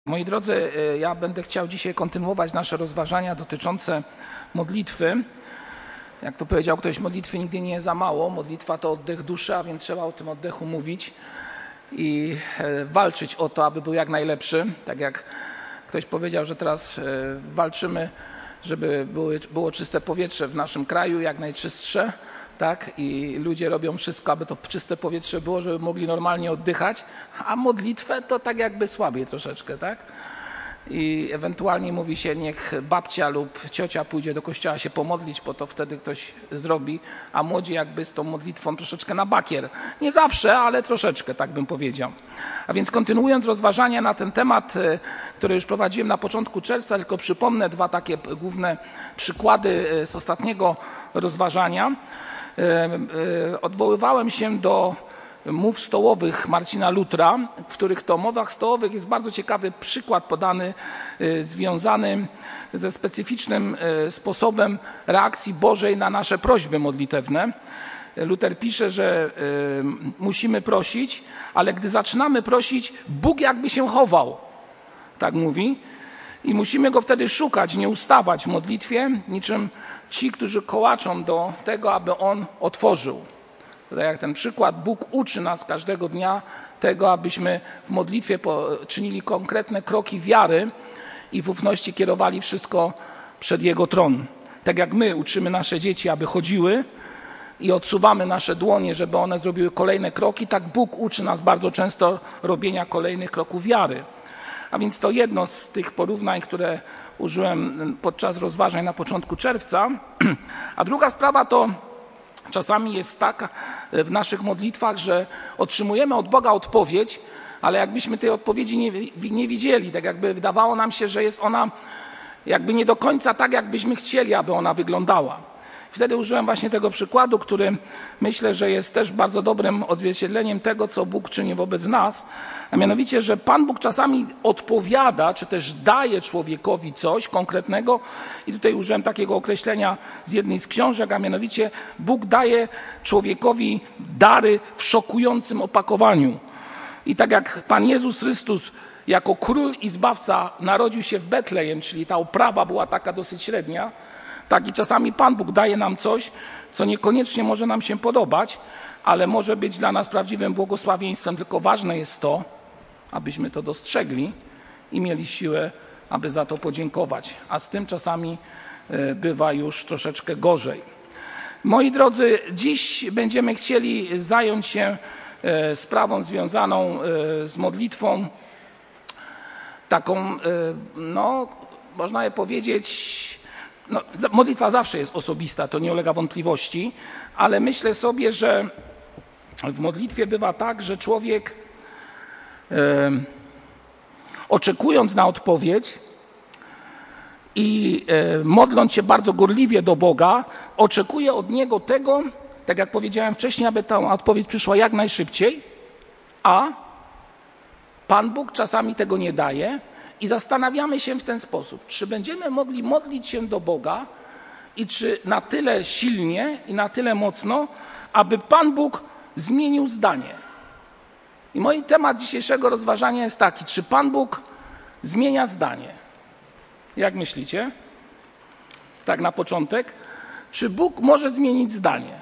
Moi drodzy, ja będę chciał dzisiaj kontynuować nasze rozważania dotyczące modlitwy. Jak to powiedział ktoś, modlitwy nigdy nie jest za mało. Modlitwa to oddech duszy, a więc trzeba o tym oddechu mówić i walczyć o to, aby był jak najlepszy. Tak jak ktoś powiedział, że teraz walczymy, żeby było czyste powietrze w naszym kraju, jak najczystsze. Tak? I ludzie robią wszystko, aby to czyste powietrze było, żeby mogli normalnie oddychać, a modlitwę to tak jakby słabiej troszeczkę, tak? I ewentualnie mówi się, niech babcia lub ciocia pójdzie do kościoła się pomodlić, bo to wtedy ktoś zrobi, a młodzi jakby z tą modlitwą troszeczkę na bakier. Nie zawsze, ale troszeczkę, tak bym powiedział. A więc kontynuując rozważania na ten temat, które już prowadziłem na początku czerwca, tylko przypomnę dwa takie główne przykłady z ostatniego rozważania. Odwoływałem się do mów stołowych Marcina Lutra, w których to mowach stołowych jest bardzo ciekawy przykład podany związany ze specyficznym sposobem reakcji Bożej na nasze prośby modlitewne. Luter pisze, że musimy prosić, ale gdy zaczynamy prosić, Bóg jakby się chował, tak mówi, i musimy Go wtedy szukać, nie ustawać w modlitwie, niczym ci, którzy kołaczą do tego, aby On otworzył. Tutaj jak ten przykład, Bóg uczy nas każdego dnia tego, abyśmy w modlitwie czynili konkretne kroki wiary i w ufności kierowali wszystko przed Jego tron. Tak jak my uczymy nasze dzieci, aby chodziły i odsuwamy nasze dłonie, żeby one zrobiły kolejne kroki, tak Bóg uczy nas bardzo często robienia kolejnych kroków wiary. A więc to jedno z tych porównań, które użyłem podczas rozważań na początku czerwca. A druga sprawa to czasami jest taka w naszych modlitwach, że otrzymujemy od Boga odpowiedź, ale jakbyśmy tej odpowiedzi nie widzieli, tak jakby wydawało nam się, że jest ona jakby nie do końca tak, jakbyśmy chcieli, aby ona wyglądała. Wtedy użyłem właśnie tego przykładu, który myślę, że jest też bardzo dobrym odzwierciedleniem tego, co Bóg czyni wobec nas, a mianowicie, że Pan Bóg czasami odpowiada, czy też daje człowiekowi coś konkretnego i tutaj użyłem takiego określenia z jednej z książek, a mianowicie Bóg daje człowiekowi dary w szokującym opakowaniu. I tak jak Pan Jezus Chrystus jako król i zbawca narodził się w Betlejem, czyli ta oprawa była taka dosyć średnia, tak i czasami Pan Bóg daje nam coś, co niekoniecznie może nam się podobać, ale może być dla nas prawdziwym błogosławieństwem, tylko ważne jest to, abyśmy to dostrzegli i mieli siłę, aby za to podziękować. A z tym czasami bywa już troszeczkę gorzej. Moi drodzy, dziś będziemy chcieli zająć się sprawą związaną z modlitwą taką, no, można je powiedzieć, no, modlitwa zawsze jest osobista, to nie ulega wątpliwości, ale myślę sobie, że w modlitwie bywa tak, że człowiek oczekując na odpowiedź i modląc się bardzo gorliwie do Boga, oczekuje od Niego tego, tak jak powiedziałem wcześniej, aby ta odpowiedź przyszła jak najszybciej, a Pan Bóg czasami tego nie daje i zastanawiamy się w ten sposób, czy będziemy mogli modlić się do Boga i czy na tyle silnie i na tyle mocno, aby Pan Bóg zmienił zdanie. I mój temat dzisiejszego rozważania jest taki, czy Pan Bóg zmienia zdanie? Jak myślicie? Tak na początek. Czy Bóg może zmienić zdanie?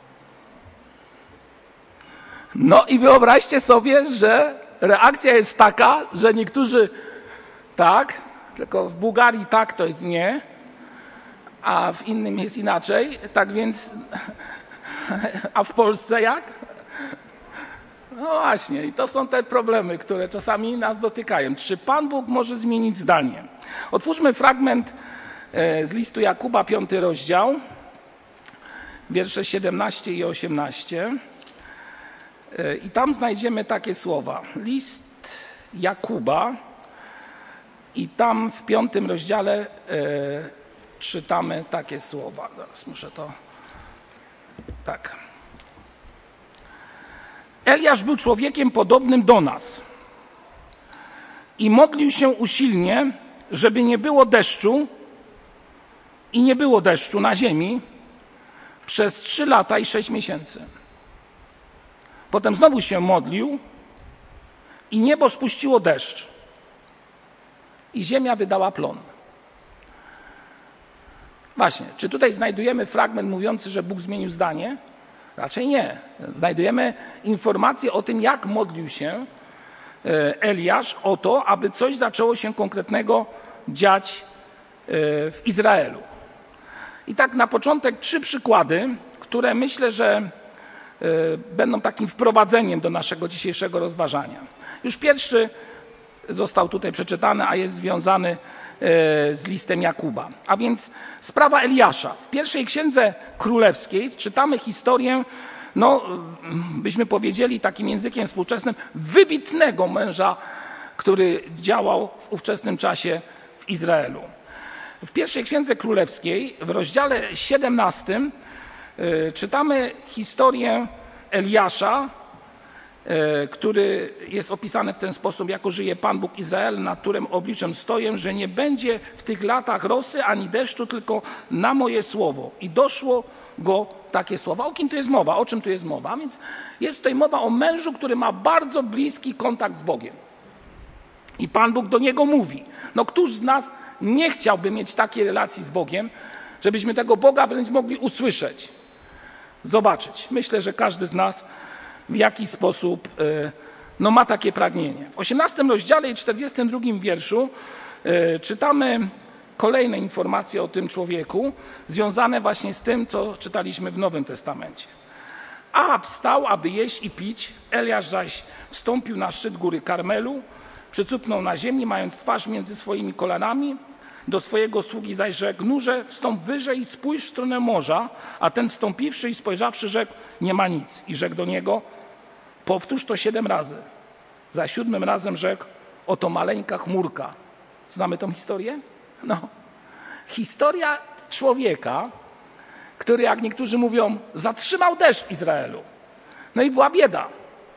No i wyobraźcie sobie, że reakcja jest taka, że niektórzy tak, tylko w Bułgarii tak to jest nie, a w innym jest inaczej. Tak więc, a w Polsce jak? No właśnie, i to są te problemy, które czasami nas dotykają. Czy Pan Bóg może zmienić zdanie? Otwórzmy fragment z listu Jakuba, 5 rozdział, wiersze 17 i 18. I tam znajdziemy takie słowa. List Jakuba i tam w 5 rozdziale czytamy takie słowa. Zaraz muszę to... Tak. Eliasz był człowiekiem podobnym do nas i modlił się usilnie, żeby nie było deszczu i nie było deszczu na ziemi przez 3 lata i 6 miesięcy. Potem znowu się modlił i niebo spuściło deszcz. i ziemia wydała plon. Właśnie, czy tutaj znajdujemy fragment mówiący, że Bóg zmienił zdanie? Raczej nie. Znajdujemy informację o tym, jak modlił się Eliasz o to, aby coś zaczęło się konkretnego dziać w Izraelu. I tak na początek 3 przykłady, które myślę, że będą takim wprowadzeniem do naszego dzisiejszego rozważania. Już pierwszy został tutaj przeczytany, a jest związany z listem Jakuba. A więc sprawa Eliasza. W pierwszej księdze królewskiej czytamy historię, no byśmy powiedzieli takim językiem współczesnym, wybitnego męża, który działał w ówczesnym czasie w Izraelu. W pierwszej księdze królewskiej, w rozdziale 17, czytamy historię Eliasza, który jest opisany w ten sposób: jako żyje Pan Bóg Izrael, nad którym obliczem stoję, że nie będzie w tych latach rosy ani deszczu, tylko na moje słowo. I doszło go takie słowa. O kim tu jest mowa? O czym tu jest mowa? A więc jest tutaj mowa o mężu, który ma bardzo bliski kontakt z Bogiem. I Pan Bóg do niego mówi. No któż z nas nie chciałby mieć takiej relacji z Bogiem, żebyśmy tego Boga wręcz mogli usłyszeć, zobaczyć. Myślę, że każdy z nas w jakiś sposób ma takie pragnienie. W 18 rozdziale i 42 wierszu czytamy kolejne informacje o tym człowieku, związane właśnie z tym, co czytaliśmy w Nowym Testamencie. Ahab wstał, aby jeść i pić, Eliasz zaś wstąpił na szczyt góry Karmelu, przycupnął na ziemi, mając twarz między swoimi kolanami. Do swojego sługi zaś rzekł: nurze, wstąp wyżej i spójrz w stronę morza. A ten wstąpiwszy i spojrzawszy rzekł: nie ma nic. I rzekł do niego: powtórz to 7 razy. Za 7 razem rzekł: oto maleńka chmurka. Znamy tą historię? No. Historia człowieka, który, jak niektórzy mówią, zatrzymał deszcz w Izraelu. No i była bieda.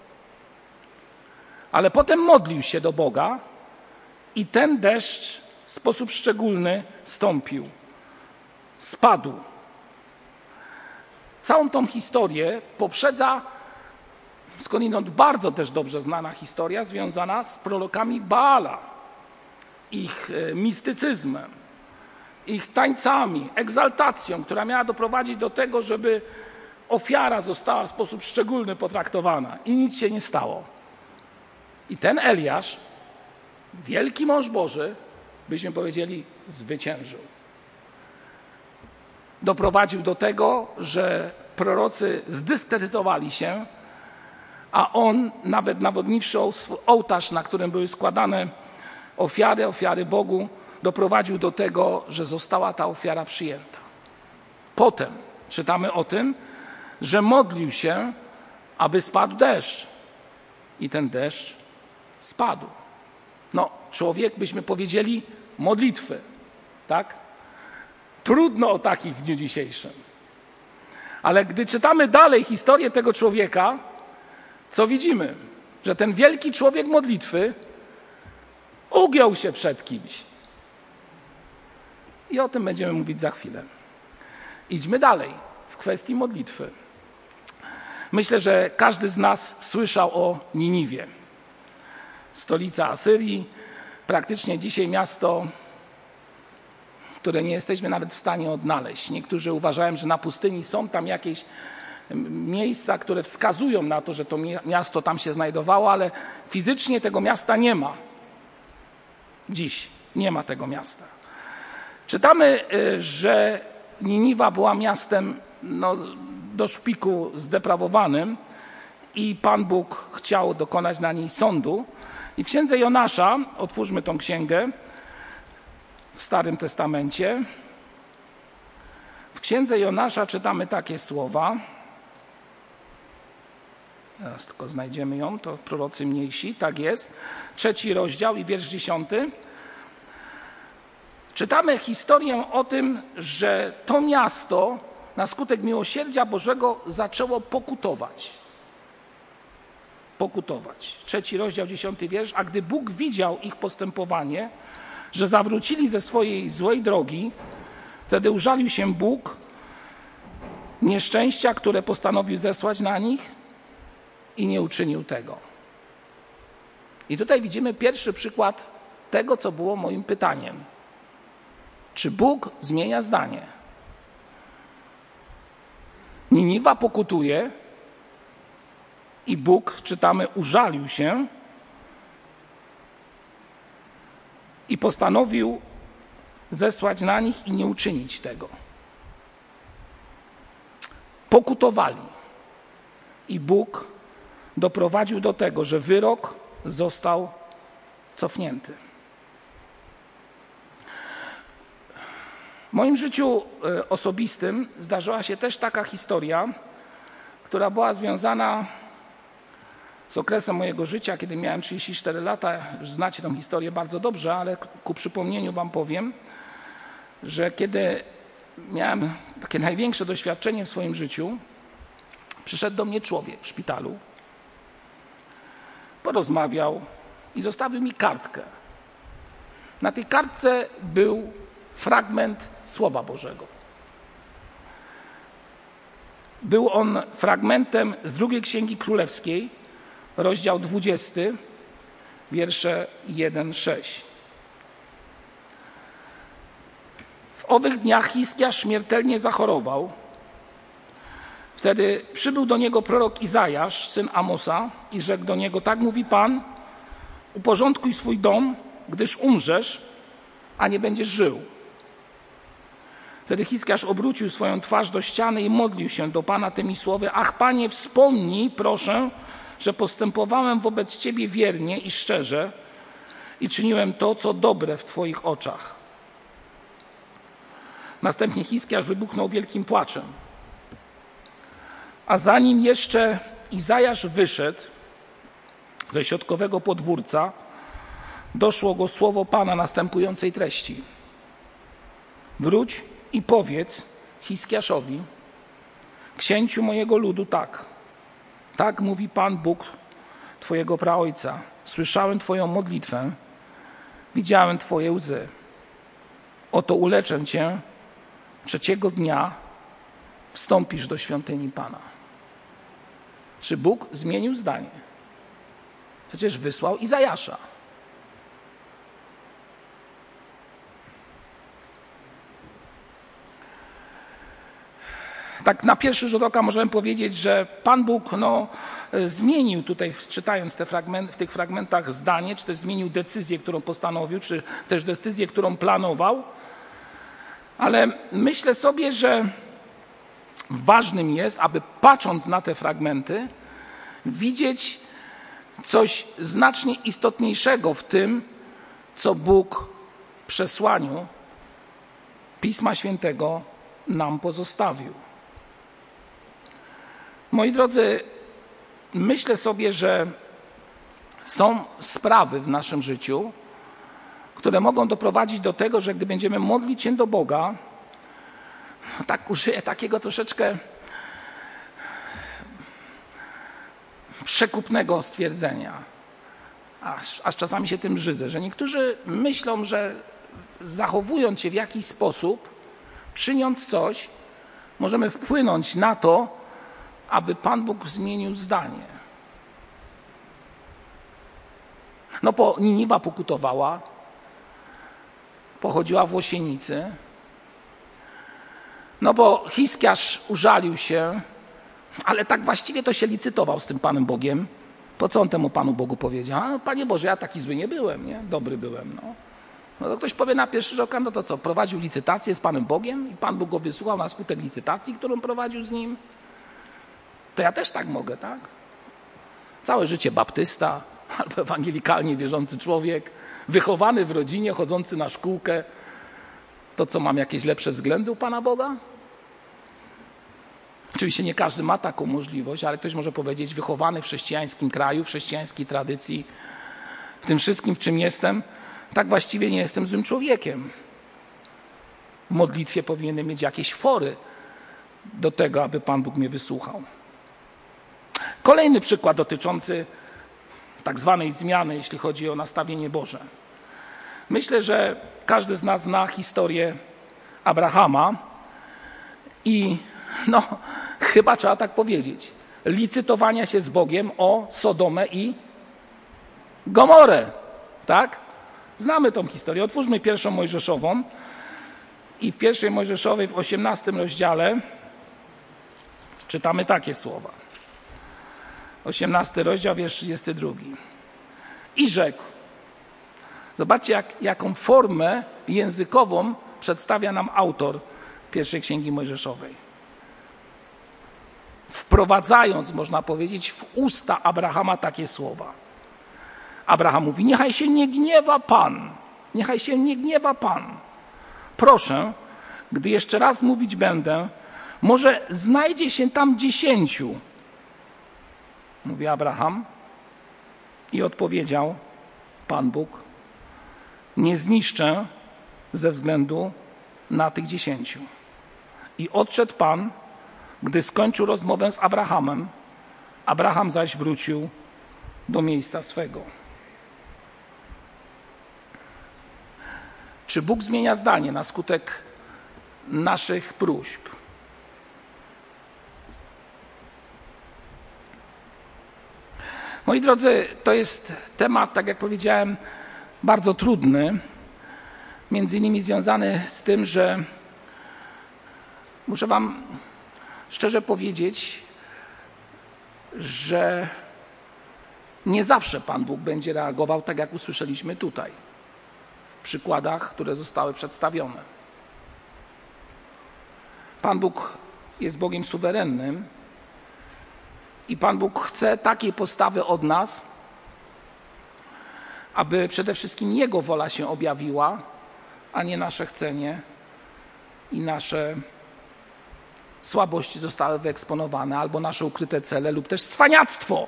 Ale potem modlił się do Boga i ten deszcz w sposób szczególny stąpił. Spadł. Całą tą historię poprzedza skądinąd bardzo też dobrze znana historia związana z prorokami Baala, ich mistycyzmem, ich tańcami, egzaltacją, która miała doprowadzić do tego, żeby ofiara została w sposób szczególny potraktowana. I nic się nie stało. I ten Eliasz, wielki mąż Boży, byśmy powiedzieli, zwyciężył. Doprowadził do tego, że prorocy zdyskredytowali się, a on, nawet nawodniwszy ołtarz, na którym były składane ofiary Bogu, doprowadził do tego, że została ta ofiara przyjęta. Potem czytamy o tym, że modlił się, aby spadł deszcz. I ten deszcz spadł. No, człowiek, byśmy powiedzieli, modlitwy, tak? Trudno o takich w dniu dzisiejszym. Ale gdy czytamy dalej historię tego człowieka, co widzimy? Że ten wielki człowiek modlitwy ugiął się przed kimś. I o tym będziemy mówić za chwilę. Idźmy dalej w kwestii modlitwy. Myślę, że każdy z nas słyszał o Niniwie. Stolica Asyrii, praktycznie dzisiaj miasto, które nie jesteśmy nawet w stanie odnaleźć. Niektórzy uważają, że na pustyni są tam jakieś miejsca, które wskazują na to, że to miasto tam się znajdowało, ale fizycznie tego miasta nie ma. Dziś nie ma tego miasta. Czytamy, że Niniwa była miastem do szpiku zdeprawowanym i Pan Bóg chciał dokonać na niej sądu. I w księdze Jonasza, otwórzmy tą księgę w Starym Testamencie, w księdze Jonasza czytamy takie słowa. Teraz tylko znajdziemy ją, to prorocy mniejsi, tak jest. 3 rozdział i wiersz 10. Czytamy historię o tym, że to miasto na skutek miłosierdzia Bożego zaczęło pokutować. 3 rozdział, 10 wiersz. A gdy Bóg widział ich postępowanie, że zawrócili ze swojej złej drogi, wtedy użalił się Bóg nieszczęścia, które postanowił zesłać na nich i nie uczynił tego. I tutaj widzimy pierwszy przykład tego, co było moim pytaniem. Czy Bóg zmienia zdanie? Niniwa pokutuje i Bóg, czytamy, użalił się i postanowił zesłać na nich i nie uczynić tego. Pokutowali i Bóg doprowadził do tego, że wyrok został cofnięty. W moim życiu osobistym zdarzyła się też taka historia, która była związana z okresem mojego życia, kiedy miałem 34 lata. Już znacie tę historię bardzo dobrze, ale ku przypomnieniu wam powiem, że kiedy miałem takie największe doświadczenie w swoim życiu, przyszedł do mnie człowiek w szpitalu, porozmawiał i zostawił mi kartkę. Na tej kartce był fragment Słowa Bożego. Był on fragmentem z 2 Księgi Królewskiej, rozdział 20, wiersze 1-6. W owych dniach Hiskiasz śmiertelnie zachorował. Wtedy przybył do niego prorok Izajasz, syn Amosa, i rzekł do niego: tak mówi Pan, uporządkuj swój dom, gdyż umrzesz, a nie będziesz żył. Wtedy Hiskiasz obrócił swoją twarz do ściany i modlił się do Pana tymi słowy: ach, Panie, wspomnij, proszę, że postępowałem wobec Ciebie wiernie i szczerze i czyniłem to, co dobre w Twoich oczach. Następnie Hiskiasz wybuchnął wielkim płaczem. A zanim jeszcze Izajasz wyszedł ze środkowego podwórca, doszło go słowo Pana następującej treści: wróć i powiedz Hiskiaszowi, księciu mojego ludu, tak mówi Pan Bóg Twojego praojca. Słyszałem Twoją modlitwę, widziałem Twoje łzy. Oto uleczę Cię, trzeciego dnia wstąpisz do świątyni Pana. Czy Bóg zmienił zdanie? Przecież wysłał Izajasza. Tak na pierwszy rzut oka możemy powiedzieć, że Pan Bóg zmienił tutaj, czytając w tych fragmentach zdanie, czy też zmienił decyzję, którą postanowił, czy też decyzję, którą planował. Ale myślę sobie, że ważnym jest, aby patrząc na te fragmenty, widzieć coś znacznie istotniejszego w tym, co Bóg w przesłaniu Pisma Świętego nam pozostawił. Moi drodzy, myślę sobie, że są sprawy w naszym życiu, które mogą doprowadzić do tego, że gdy będziemy modlić się do Boga, tak użyję takiego troszeczkę przekupnego stwierdzenia, aż czasami się tym brzydzę, że niektórzy myślą, że zachowując się w jakiś sposób, czyniąc coś, możemy wpłynąć na to, aby Pan Bóg zmienił zdanie. Bo Niniwa pokutowała, pochodziła w łosienicy, bo Hiskiasz użalił się, ale tak właściwie to się licytował z tym Panem Bogiem. Po co on temu Panu Bogu powiedział? Panie Boże, ja taki zły nie byłem, nie? Dobry byłem. To ktoś powie na pierwszy rzut oka, to co, prowadził licytację z Panem Bogiem i Pan Bóg go wysłuchał na skutek licytacji, którą prowadził z nim? To ja też tak mogę, tak? Całe życie baptysta albo ewangelikalnie wierzący człowiek, wychowany w rodzinie, chodzący na szkółkę, to co, mam jakieś lepsze względy u Pana Boga? Oczywiście nie każdy ma taką możliwość, ale ktoś może powiedzieć, wychowany w chrześcijańskim kraju, w chrześcijańskiej tradycji, w tym wszystkim, w czym jestem, tak właściwie nie jestem złym człowiekiem. W modlitwie powinienem mieć jakieś fory do tego, aby Pan Bóg mnie wysłuchał. Kolejny przykład dotyczący tak zwanej zmiany, jeśli chodzi o nastawienie Boże. Myślę, że każdy z nas zna historię Abrahama i chyba trzeba tak powiedzieć, licytowania się z Bogiem o Sodomę i Gomorę, tak? Znamy tą historię. Otwórzmy 1 Mojżeszową i w 1 Mojżeszowej w 18 rozdziale czytamy takie słowa. 18 rozdział, wiersz 32. I rzekł. Zobaczcie, jaką formę językową przedstawia nam autor pierwszej Księgi Mojżeszowej. Wprowadzając, można powiedzieć, w usta Abrahama takie słowa. Abraham mówi, niechaj się nie gniewa Pan. Niechaj się nie gniewa Pan. Proszę, gdy jeszcze raz mówić będę, może znajdzie się tam 10. Mówi Abraham i odpowiedział Pan Bóg, nie zniszczę ze względu na tych 10. I odszedł Pan, gdy skończył rozmowę z Abrahamem. Abraham zaś wrócił do miejsca swego. Czy Bóg zmienia zdanie na skutek naszych próśb? Moi drodzy, to jest temat, tak jak powiedziałem, bardzo trudny. Między innymi związany z tym, że muszę wam szczerze powiedzieć, że nie zawsze Pan Bóg będzie reagował tak, jak usłyszeliśmy tutaj, w przykładach, które zostały przedstawione. Pan Bóg jest Bogiem suwerennym i Pan Bóg chce takiej postawy od nas, aby przede wszystkim Jego wola się objawiła, a nie nasze chcenie i nasze słabości zostały wyeksponowane, albo nasze ukryte cele, lub też cwaniactwo.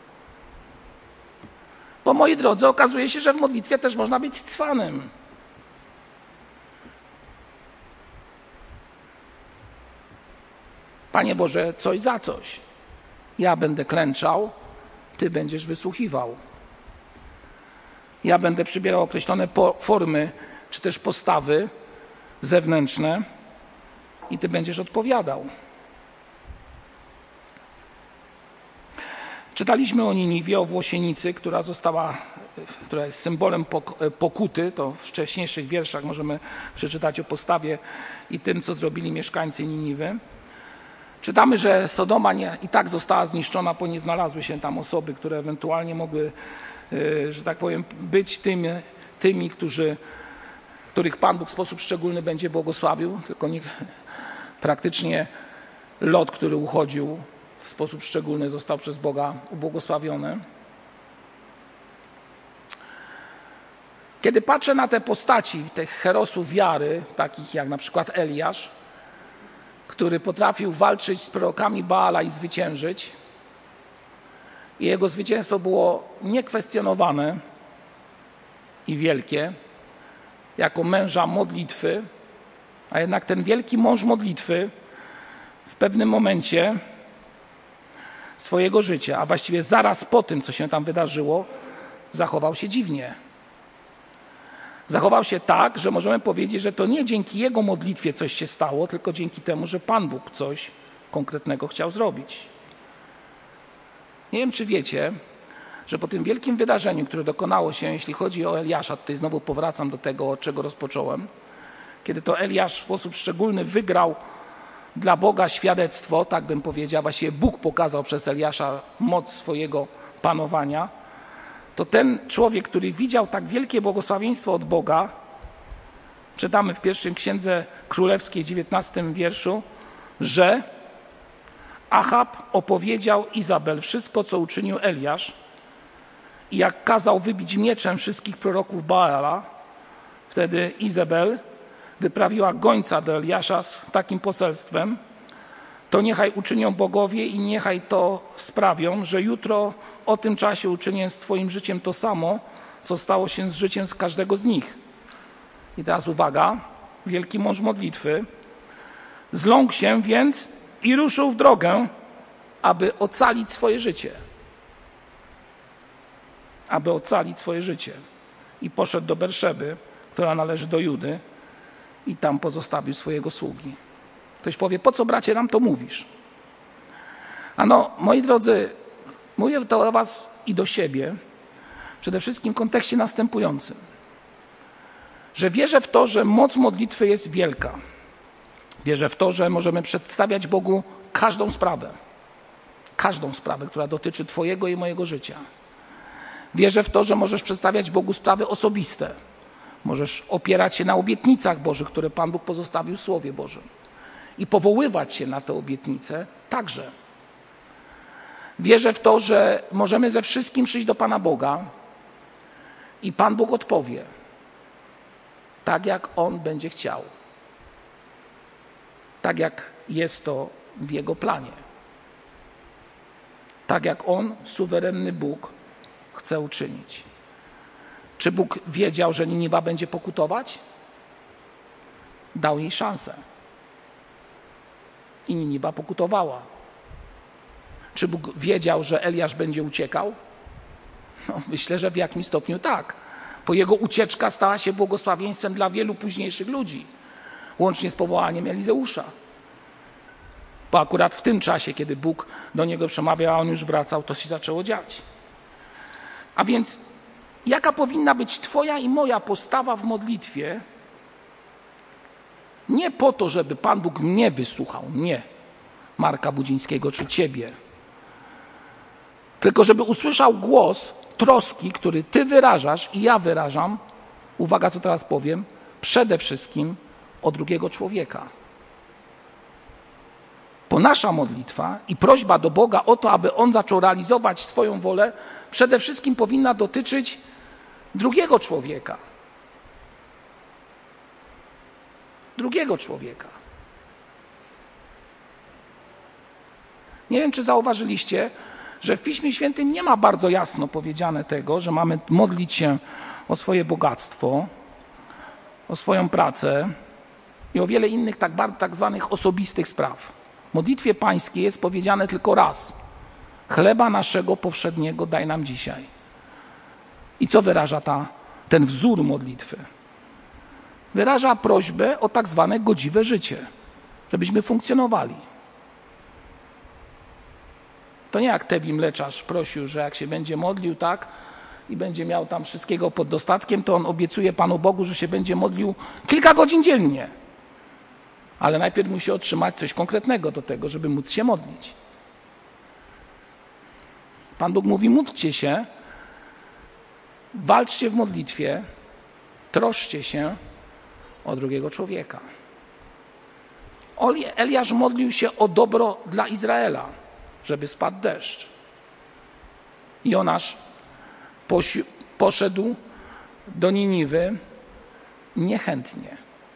Bo moi drodzy, okazuje się, że w modlitwie też można być cwanym. Panie Boże, coś za coś. Ja będę klęczał, Ty będziesz wysłuchiwał. Ja będę przybierał określone formy, czy też postawy zewnętrzne i Ty będziesz odpowiadał. Czytaliśmy o Niniwie, o włosienicy, która jest symbolem pokuty. To w wcześniejszych wierszach możemy przeczytać o postawie i tym, co zrobili mieszkańcy Niniwy. Czytamy, że Sodoma i tak została zniszczona, bo nie znalazły się tam osoby, które ewentualnie mogły, że tak powiem, być tymi, których Pan Bóg w sposób szczególny będzie błogosławił, tylko praktycznie Lot, który uchodził w sposób szczególny, został przez Boga ubłogosławiony. Kiedy patrzę na te postaci, tych herosów wiary, takich jak na przykład Eliasz, który potrafił walczyć z prorokami Baala i zwyciężyć, i jego zwycięstwo było niekwestionowane i wielkie, jako męża modlitwy, a jednak ten wielki mąż modlitwy w pewnym momencie swojego życia, a właściwie zaraz po tym, co się tam wydarzyło, zachował się dziwnie. Zachował się tak, że możemy powiedzieć, że to nie dzięki jego modlitwie coś się stało, tylko dzięki temu, że Pan Bóg coś konkretnego chciał zrobić. Nie wiem, czy wiecie, że po tym wielkim wydarzeniu, które dokonało się, jeśli chodzi o Eliasza, tutaj znowu powracam do tego, od czego rozpocząłem, kiedy to Eliasz w sposób szczególny wygrał dla Boga świadectwo, tak bym powiedział, właściwie Bóg pokazał przez Eliasza moc swojego panowania, to ten człowiek, który widział tak wielkie błogosławieństwo od Boga, czytamy w pierwszym Księdze Królewskiej, 19 wierszu, że Achab opowiedział Izabel wszystko, co uczynił Eliasz i jak kazał wybić mieczem wszystkich proroków Baala, wtedy Izabel wyprawiła gońca do Eliasza z takim poselstwem: to niechaj uczynią bogowie i niechaj to sprawią, że jutro o tym czasie uczynię z twoim życiem to samo, co stało się z życiem z każdego z nich. I teraz uwaga, wielki mąż modlitwy zląkł się więc i ruszył w drogę, aby ocalić swoje życie. Aby ocalić swoje życie. I poszedł do Berszeby, która należy do Judy, i tam pozostawił swojego sługi. Ktoś powie, po co, bracie, nam to mówisz? Ano, moi drodzy, mówię to do was i do siebie, przede wszystkim w kontekście następującym. że wierzę w to, że moc modlitwy jest wielka. Wierzę w to, że możemy przedstawiać Bogu każdą sprawę, która dotyczy Twojego i mojego życia. Wierzę w to, że możesz przedstawiać Bogu sprawy osobiste. Możesz opierać się na obietnicach Bożych, które Pan Bóg pozostawił w Słowie Bożym. I powoływać się na te obietnice także. Wierzę w to, że możemy ze wszystkim przyjść do Pana Boga i Pan Bóg odpowie tak, jak On będzie chciał. Tak, jak jest to w Jego planie. Tak, jak On, suwerenny Bóg, chce uczynić. Czy Bóg wiedział, że Niniwa będzie pokutować? Dał jej szansę. I Niniwa pokutowała. Czy Bóg wiedział, że Eliasz będzie uciekał? No, myślę, że w jakimś stopniu tak. Bo jego ucieczka stała się błogosławieństwem dla wielu późniejszych ludzi. Łącznie z powołaniem Elizeusza. Bo akurat w tym czasie, kiedy Bóg do niego przemawiał, a on już wracał, to się zaczęło dziać. A więc jaka powinna być Twoja i moja postawa w modlitwie? Nie po to, żeby Pan Bóg mnie wysłuchał, nie, Marka Budzińskiego czy Ciebie, tylko żeby usłyszał głos troski, który Ty wyrażasz i ja wyrażam, uwaga, co teraz powiem, przede wszystkim o drugiego człowieka. Bo nasza modlitwa i prośba do Boga o to, aby On zaczął realizować swoją wolę, przede wszystkim powinna dotyczyć drugiego człowieka. Drugiego człowieka. Nie wiem, czy zauważyliście, że w Piśmie Świętym nie ma bardzo jasno powiedziane tego, że mamy modlić się o swoje bogactwo, o swoją pracę i o wiele innych tak zwanych osobistych spraw. W modlitwie pańskiej jest powiedziane tylko raz. Chleba naszego powszedniego daj nam dzisiaj. I co wyraża ten wzór modlitwy? Wyraża prośbę o tak zwane godziwe życie, żebyśmy funkcjonowali. To nie jak Tewi mleczarz prosił, że jak się będzie modlił tak i będzie miał tam wszystkiego pod dostatkiem, to on obiecuje Panu Bogu, że się będzie modlił kilka godzin dziennie. Ale najpierw musi otrzymać coś konkretnego do tego, żeby móc się modlić. Pan Bóg mówi, módlcie się, walczcie w modlitwie, troszcie się o drugiego człowieka. Eliasz modlił się o dobro dla Izraela, żeby spadł deszcz. Jonasz poszedł do Niniwy niechętnie,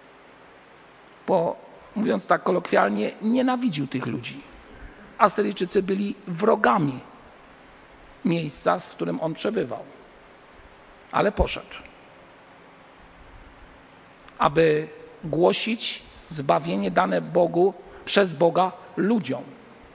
bo mówiąc tak kolokwialnie, nienawidził tych ludzi. Asyryjczycy byli wrogami miejsca, w którym on przebywał. Ale poszedł, aby głosić zbawienie dane Bogu przez Boga ludziom.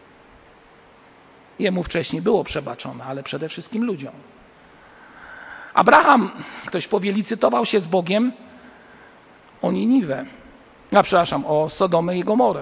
Jemu wcześniej było przebaczone, ale przede wszystkim ludziom. Abraham, ktoś powie, licytował się z Bogiem o Niniwę. O Sodomę i Gomorę.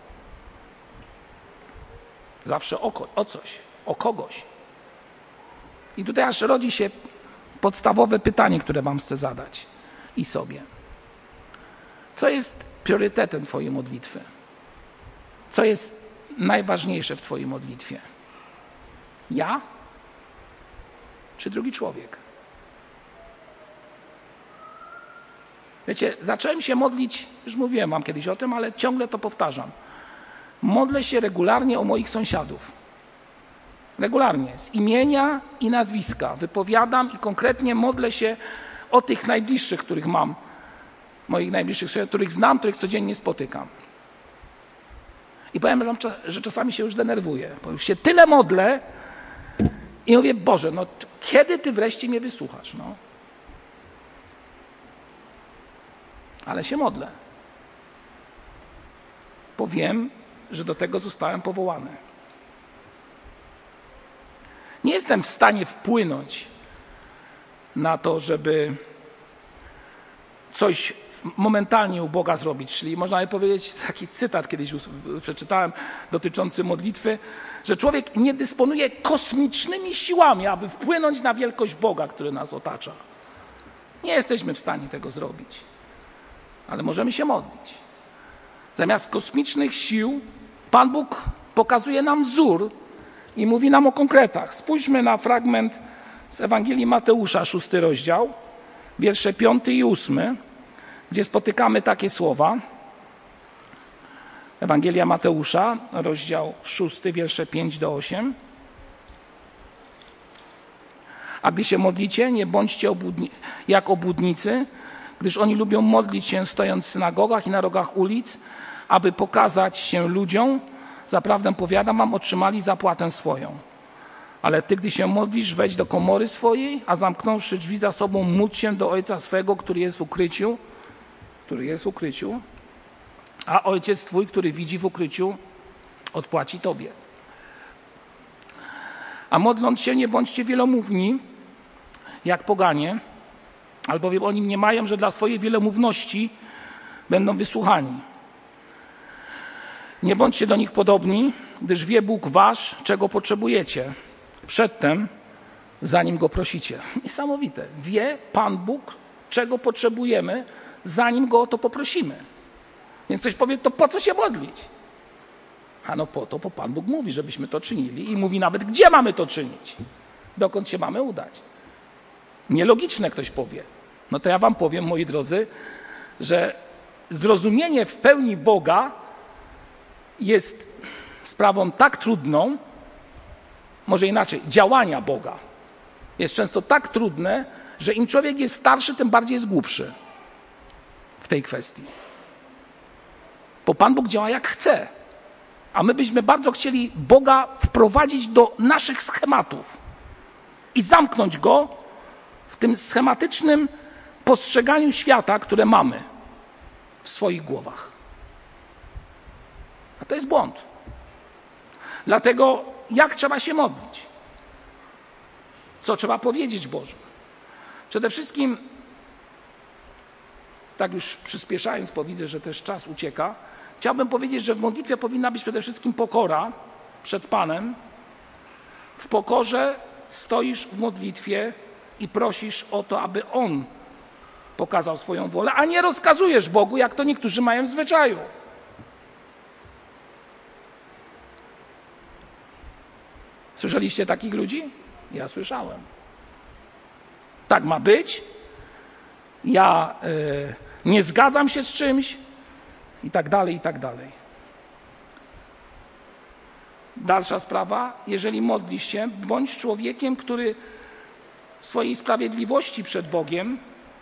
Zawsze o coś, o kogoś. I tutaj aż rodzi się podstawowe pytanie, które wam chcę zadać i sobie. Co jest priorytetem twojej modlitwy? Co jest najważniejsze w twojej modlitwie? Ja? Czy drugi człowiek? Wiecie, zacząłem się modlić, już mówiłem wam kiedyś o tym, ale ciągle to powtarzam. Modlę się regularnie o moich sąsiadów. Regularnie, z imienia i nazwiska. Wypowiadam i konkretnie modlę się o tych najbliższych, których mam. Moich najbliższych, których znam, których codziennie spotykam. I powiem wam, że czasami się już denerwuję, bo już się tyle modlę i mówię, Boże, no kiedy Ty wreszcie mnie wysłuchasz? No. Ale się modlę. Bo wiem, że do tego zostałem powołany. Nie jestem w stanie wpłynąć na to, żeby coś momentalnie u Boga zrobić. Czyli można by powiedzieć, taki cytat kiedyś przeczytałem dotyczący modlitwy, że człowiek nie dysponuje kosmicznymi siłami, aby wpłynąć na wielkość Boga, który nas otacza. Nie jesteśmy w stanie tego zrobić. ale możemy się modlić. Zamiast kosmicznych sił Pan Bóg pokazuje nam wzór i mówi nam o konkretach. Spójrzmy na fragment z Ewangelii Mateusza, 6 rozdział, wiersze 5 i 8, gdzie spotykamy takie słowa. Ewangelia Mateusza, rozdział 6, wiersze 5 do 8. A gdy się modlicie, nie bądźcie jak obłudnicy, gdyż oni lubią modlić się stojąc w synagogach i na rogach ulic, aby pokazać się ludziom. Zaprawdę powiadam wam, otrzymali zapłatę swoją. Ale ty, gdy się modlisz, wejdź do komory swojej, a zamknąwszy drzwi za sobą, módl się do Ojca swego, który jest w ukryciu, a Ojciec twój, który widzi w ukryciu, odpłaci tobie. A modląc się, nie bądźcie wielomówni, jak poganie, albowiem oni mniemają, że dla swojej wielomówności będą wysłuchani. Nie bądźcie do nich podobni, gdyż wie Bóg wasz, czego potrzebujecie, przedtem, zanim Go prosicie. Niesamowite. Wie Pan Bóg, czego potrzebujemy, zanim Go o to poprosimy. Więc ktoś powie, to po co się modlić? A no po to, bo Pan Bóg mówi, żebyśmy to czynili i mówi nawet, gdzie mamy to czynić, dokąd się mamy udać. Nielogiczne, ktoś powie. No to ja wam powiem, moi drodzy, że zrozumienie w pełni Boga jest sprawą tak trudną, może inaczej, działania Boga jest często tak trudne, że im człowiek jest starszy, tym bardziej jest głupszy w tej kwestii. Bo Pan Bóg działa jak chce, a my byśmy bardzo chcieli Boga wprowadzić do naszych schematów i zamknąć Go w tym schematycznym postrzeganiu świata, które mamy w swoich głowach. A to jest błąd. Dlatego jak trzeba się modlić? Co trzeba powiedzieć Bożu? Przede wszystkim, tak już przyspieszając, bo widzę, że też czas ucieka, chciałbym powiedzieć, że w modlitwie powinna być przede wszystkim pokora przed Panem. W pokorze stoisz w modlitwie i prosisz o to, aby On pokazał swoją wolę, a nie rozkazujesz Bogu, jak to niektórzy mają w zwyczaju. Słyszeliście takich ludzi? Ja słyszałem. Tak ma być. Ja nie zgadzam się z czymś i tak dalej, i tak dalej. Dalsza sprawa, jeżeli modlisz się, bądź człowiekiem, który w swojej sprawiedliwości przed Bogiem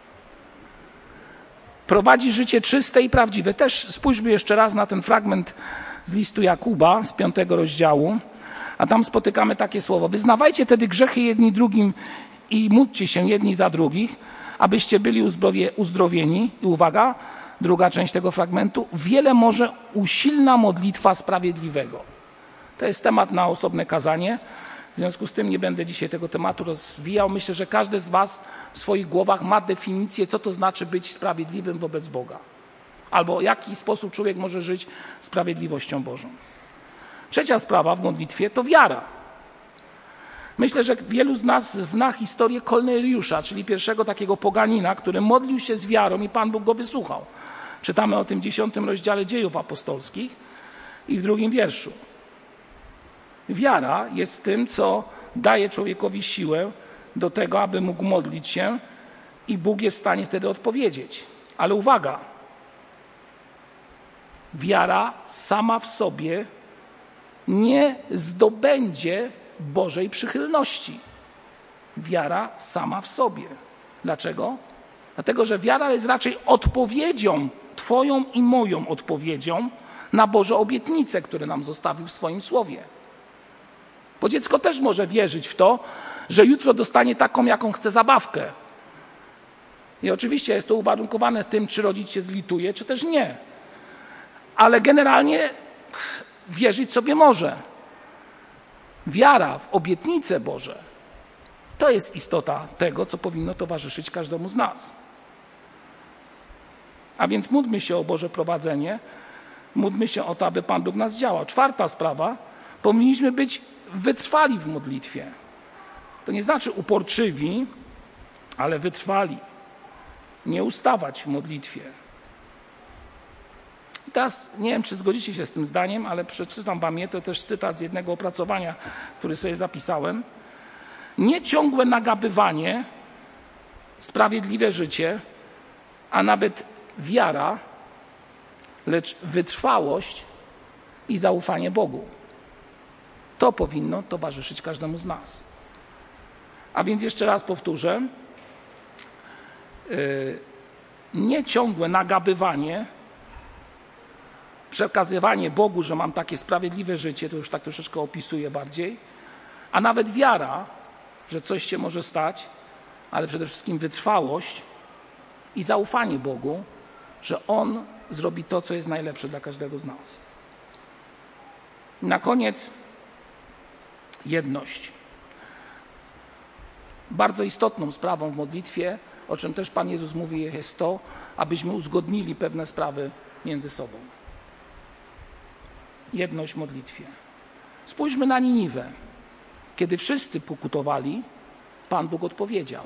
prowadzi życie czyste i prawdziwe. Też spójrzmy jeszcze raz na ten fragment z listu Jakuba z 5 rozdziału, a tam spotykamy takie słowo. Wyznawajcie tedy grzechy jedni drugim i módlcie się jedni za drugich, abyście byli uzdrowieni. I uwaga, druga część tego fragmentu. Wiele może usilna modlitwa sprawiedliwego. To jest temat na osobne kazanie. W związku z tym nie będę dzisiaj tego tematu rozwijał. Myślę, że każdy z was w swoich głowach ma definicję, co to znaczy być sprawiedliwym wobec Boga. Albo w jaki sposób człowiek może żyć sprawiedliwością Bożą. Trzecia sprawa w modlitwie to wiara. Myślę, że wielu z nas zna historię Korneliusza, czyli pierwszego takiego poganina, który modlił się z wiarą i Pan Bóg go wysłuchał. Czytamy o tym w 10 rozdziale Dziejów Apostolskich i w 2 wierszu. Wiara jest tym, co daje człowiekowi siłę do tego, aby mógł modlić się i Bóg jest w stanie wtedy odpowiedzieć. Ale uwaga, wiara sama w sobie nie zdobędzie Bożej przychylności. Wiara sama w sobie. Dlaczego? Dlatego, że wiara jest raczej odpowiedzią, twoją i moją odpowiedzią na Boże obietnice, które nam zostawił w swoim słowie. Bo dziecko też może wierzyć w to, że jutro dostanie taką, jaką chce zabawkę. I oczywiście jest to uwarunkowane tym, czy rodzic się zlituje, czy też nie. Ale generalnie wierzyć sobie może. Wiara w obietnice Boże to jest istota tego, co powinno towarzyszyć każdemu z nas. A więc módlmy się o Boże prowadzenie, módlmy się o to, aby Pan Bóg nas działał. Czwarta sprawa, powinniśmy być wytrwali w modlitwie. To nie znaczy uporczywi, ale wytrwali. Nie ustawać w modlitwie. I teraz nie wiem, czy zgodzicie się z tym zdaniem, ale przeczytam wam je, to też cytat z jednego opracowania, który sobie zapisałem. Nieciągłe nagabywanie, sprawiedliwe życie, a nawet wiara, lecz wytrwałość i zaufanie Bogu. To powinno towarzyszyć każdemu z nas. A więc jeszcze raz powtórzę. Nieciągłe nagabywanie, przekazywanie Bogu, że mam takie sprawiedliwe życie, to już tak troszeczkę opisuję bardziej, a nawet wiara, że coś się może stać, ale przede wszystkim wytrwałość i zaufanie Bogu, że On zrobi to, co jest najlepsze dla każdego z nas. I na koniec jedność. Bardzo istotną sprawą w modlitwie, o czym też Pan Jezus mówi, jest to, abyśmy uzgodnili pewne sprawy między sobą. Jedność w modlitwie. Spójrzmy na Niniwę. Kiedy wszyscy pokutowali, Pan Bóg odpowiedział.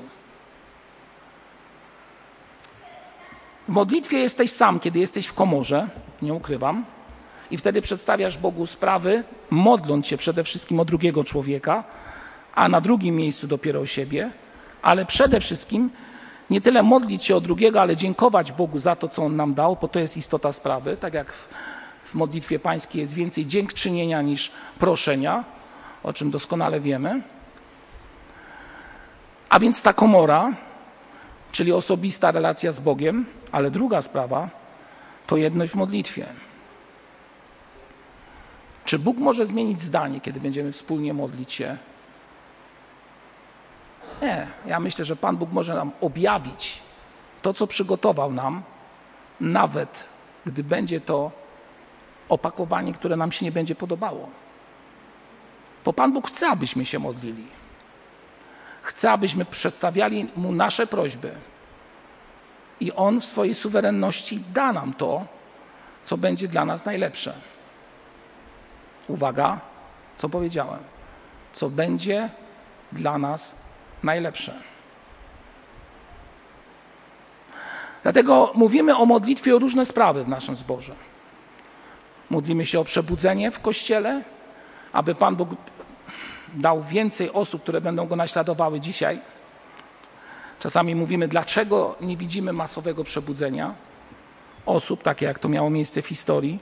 W modlitwie jesteś sam, kiedy jesteś w komorze, nie ukrywam, i wtedy przedstawiasz Bogu sprawy, modląc się przede wszystkim o drugiego człowieka, a na drugim miejscu dopiero o siebie, ale przede wszystkim nie tyle modlić się o drugiego, ale dziękować Bogu za to, co On nam dał, bo to jest istota sprawy. Tak jak w modlitwie pańskiej jest więcej dziękczynienia niż proszenia, o czym doskonale wiemy. A więc ta komora, czyli osobista relacja z Bogiem, ale druga sprawa to jedność w modlitwie. Czy Bóg może zmienić zdanie, kiedy będziemy wspólnie modlić się? Nie. Ja myślę, że Pan Bóg może nam objawić to, co przygotował nam, nawet gdy będzie to opakowanie, które nam się nie będzie podobało. Bo Pan Bóg chce, abyśmy się modlili. Chce, abyśmy przedstawiali Mu nasze prośby. I On w swojej suwerenności da nam to, co będzie dla nas najlepsze. Uwaga, co powiedziałem. Co będzie dla nas najlepsze. Dlatego mówimy o modlitwie o różne sprawy w naszym zborze. Modlimy się o przebudzenie w Kościele, aby Pan Bóg dał więcej osób, które będą Go naśladowały dzisiaj. Czasami mówimy, dlaczego nie widzimy masowego przebudzenia osób, takie jak to miało miejsce w historii.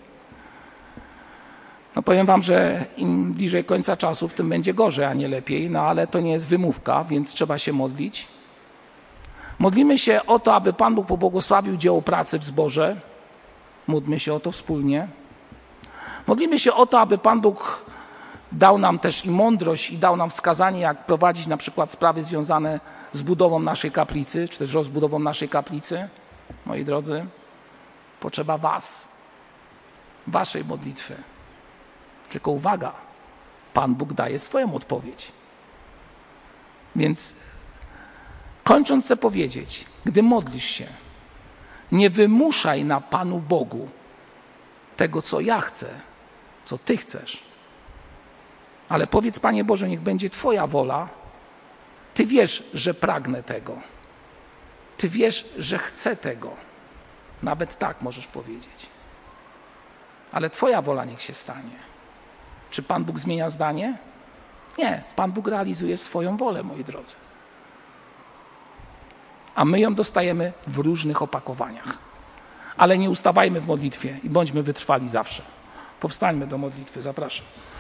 No powiem wam, że im bliżej końca czasów, tym będzie gorzej, a nie lepiej, no ale to nie jest wymówka, więc trzeba się modlić. Modlimy się o to, aby Pan Bóg pobłogosławił dzieło pracy w zborze. Módlmy się o to wspólnie. Modlimy się o to, aby Pan Bóg dał nam też i mądrość i dał nam wskazanie, jak prowadzić na przykład sprawy związane z budową naszej kaplicy, czy też rozbudową naszej kaplicy. Moi drodzy, potrzeba was, waszej modlitwy. Tylko uwaga, Pan Bóg daje swoją odpowiedź. Więc kończąc chcę powiedzieć, gdy modlisz się, nie wymuszaj na Panu Bogu tego, co ja chcę, co Ty chcesz. Ale powiedz, Panie Boże, niech będzie Twoja wola. Ty wiesz, że pragnę tego. Ty wiesz, że chcę tego. Nawet tak możesz powiedzieć. Ale Twoja wola niech się stanie. Czy Pan Bóg zmienia zdanie? Nie. Pan Bóg realizuje swoją wolę, moi drodzy. A my ją dostajemy w różnych opakowaniach. Ale nie ustawajmy w modlitwie i bądźmy wytrwali zawsze. Powstańmy do modlitwy. Zapraszam.